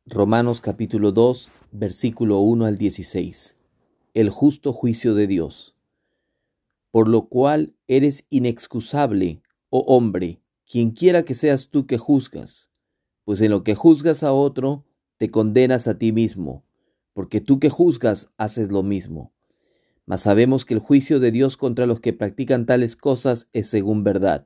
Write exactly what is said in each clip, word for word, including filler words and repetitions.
Romanos capítulo dos, versículo uno al dieciséis. El justo juicio de Dios. Por lo cual eres inexcusable, oh hombre, quienquiera que seas tú que juzgas, pues en lo que juzgas a otro, te condenas a ti mismo, porque tú que juzgas haces lo mismo. Mas sabemos que el juicio de Dios contra los que practican tales cosas es según verdad.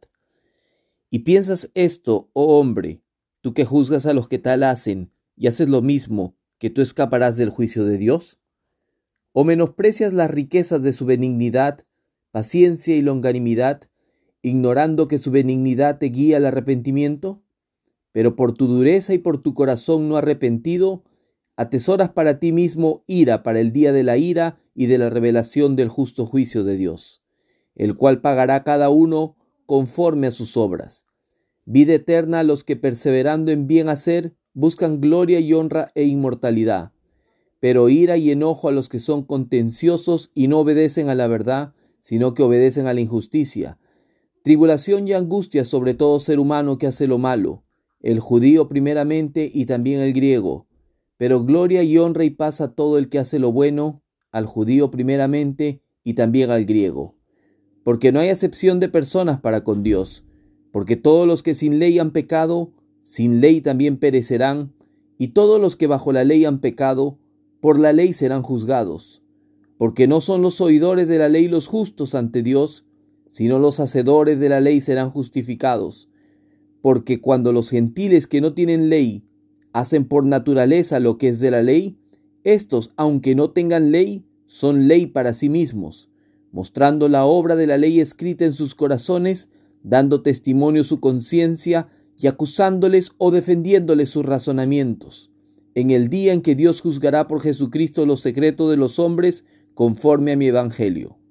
Y piensas esto, oh hombre, tú que juzgas a los que tal hacen, y haces lo mismo, ¿que tú escaparás del juicio de Dios? ¿O menosprecias las riquezas de su benignidad, paciencia y longanimidad, ignorando que su benignidad te guía al arrepentimiento? Pero por tu dureza y por tu corazón no arrepentido, atesoras para ti mismo ira para el día de la ira y de la revelación del justo juicio de Dios, el cual pagará cada uno conforme a sus obras. Vida eterna a los que perseverando en bien hacer, buscan gloria y honra e inmortalidad, pero ira y enojo a los que son contenciosos y no obedecen a la verdad, sino que obedecen a la injusticia. Tribulación y angustia sobre todo ser humano que hace lo malo, el judío primeramente y también el griego, pero gloria y honra y paz a todo el que hace lo bueno, al judío primeramente y también al griego. Porque no hay acepción de personas para con Dios, porque todos los que sin ley han pecado, sin ley también perecerán, y todos los que bajo la ley han pecado, por la ley serán juzgados. Porque no son los oidores de la ley los justos ante Dios, sino los hacedores de la ley serán justificados. Porque cuando los gentiles que no tienen ley hacen por naturaleza lo que es de la ley, éstos, aunque no tengan ley, son ley para sí mismos, mostrando la obra de la ley escrita en sus corazones, dando testimonio su conciencia y acusándoles o defendiéndoles sus razonamientos, en el día en que Dios juzgará por Jesucristo los secretos de los hombres conforme a mi evangelio.